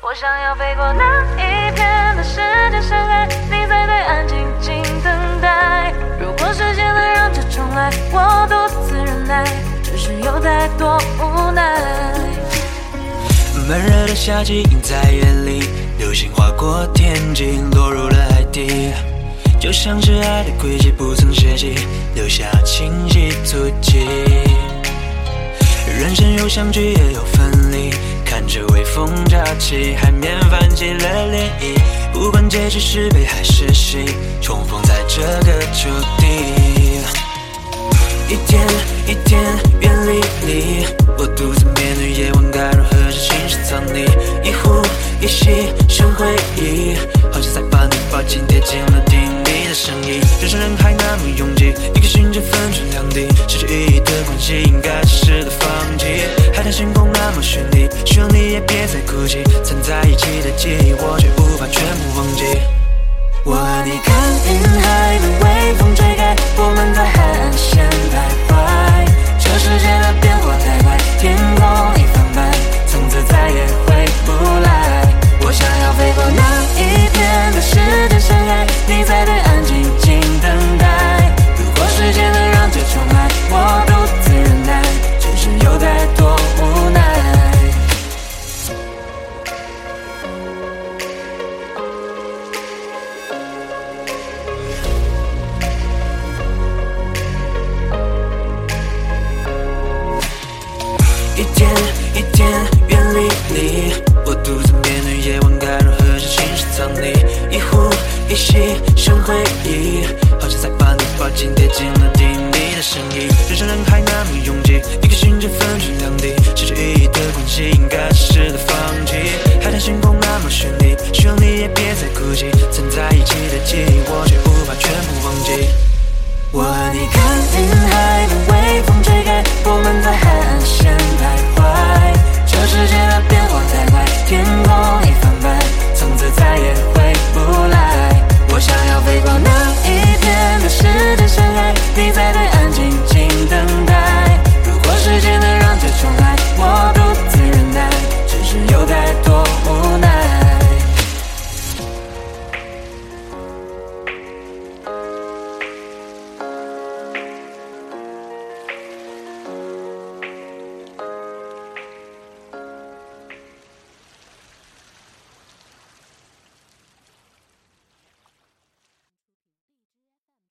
我想要飞过那一片的世界深海，你在对岸静静等待。如果时间能让这重来，我独自忍耐，只是有太多无奈。 闷热的夏季映在眼里，流星划过天际，落入了海底。就像是爱的轨迹不曾写起，留下清晰足迹。人生有相聚也有分离，看着微风乍起，海面泛起了涟漪。不管结局是悲还是喜，重逢在这个注定。一天一天远离你，我独自面对夜晚，该如何是情绪藏匿？一呼一吸生回忆，好像在把你抱紧，贴近了听你的声音。人山人海那么拥挤，一颗心就分成两地，失去意义的关系应该适时的放弃。海滩星空那么绚丽，希望你也别再哭泣，曾在一起的记忆我却无法全部忘记。 我和你看云海被微风吹开，我们在海岸线徘徊。这世界的变化太快，天空已泛白，从此再也回不来。我想要飞过那一片的世界深海，你在对岸静静等待。如果时间能让这重来，我独自忍耐，只是有太多无奈。 一天一天远离你，我独自面对夜晚，该如何是情绪藏匿？一呼一吸生回忆，好像在把你抱紧，贴近了听你的声音。人山人海那么拥挤，一颗心就分成两地，失去意义的关系应该适时的放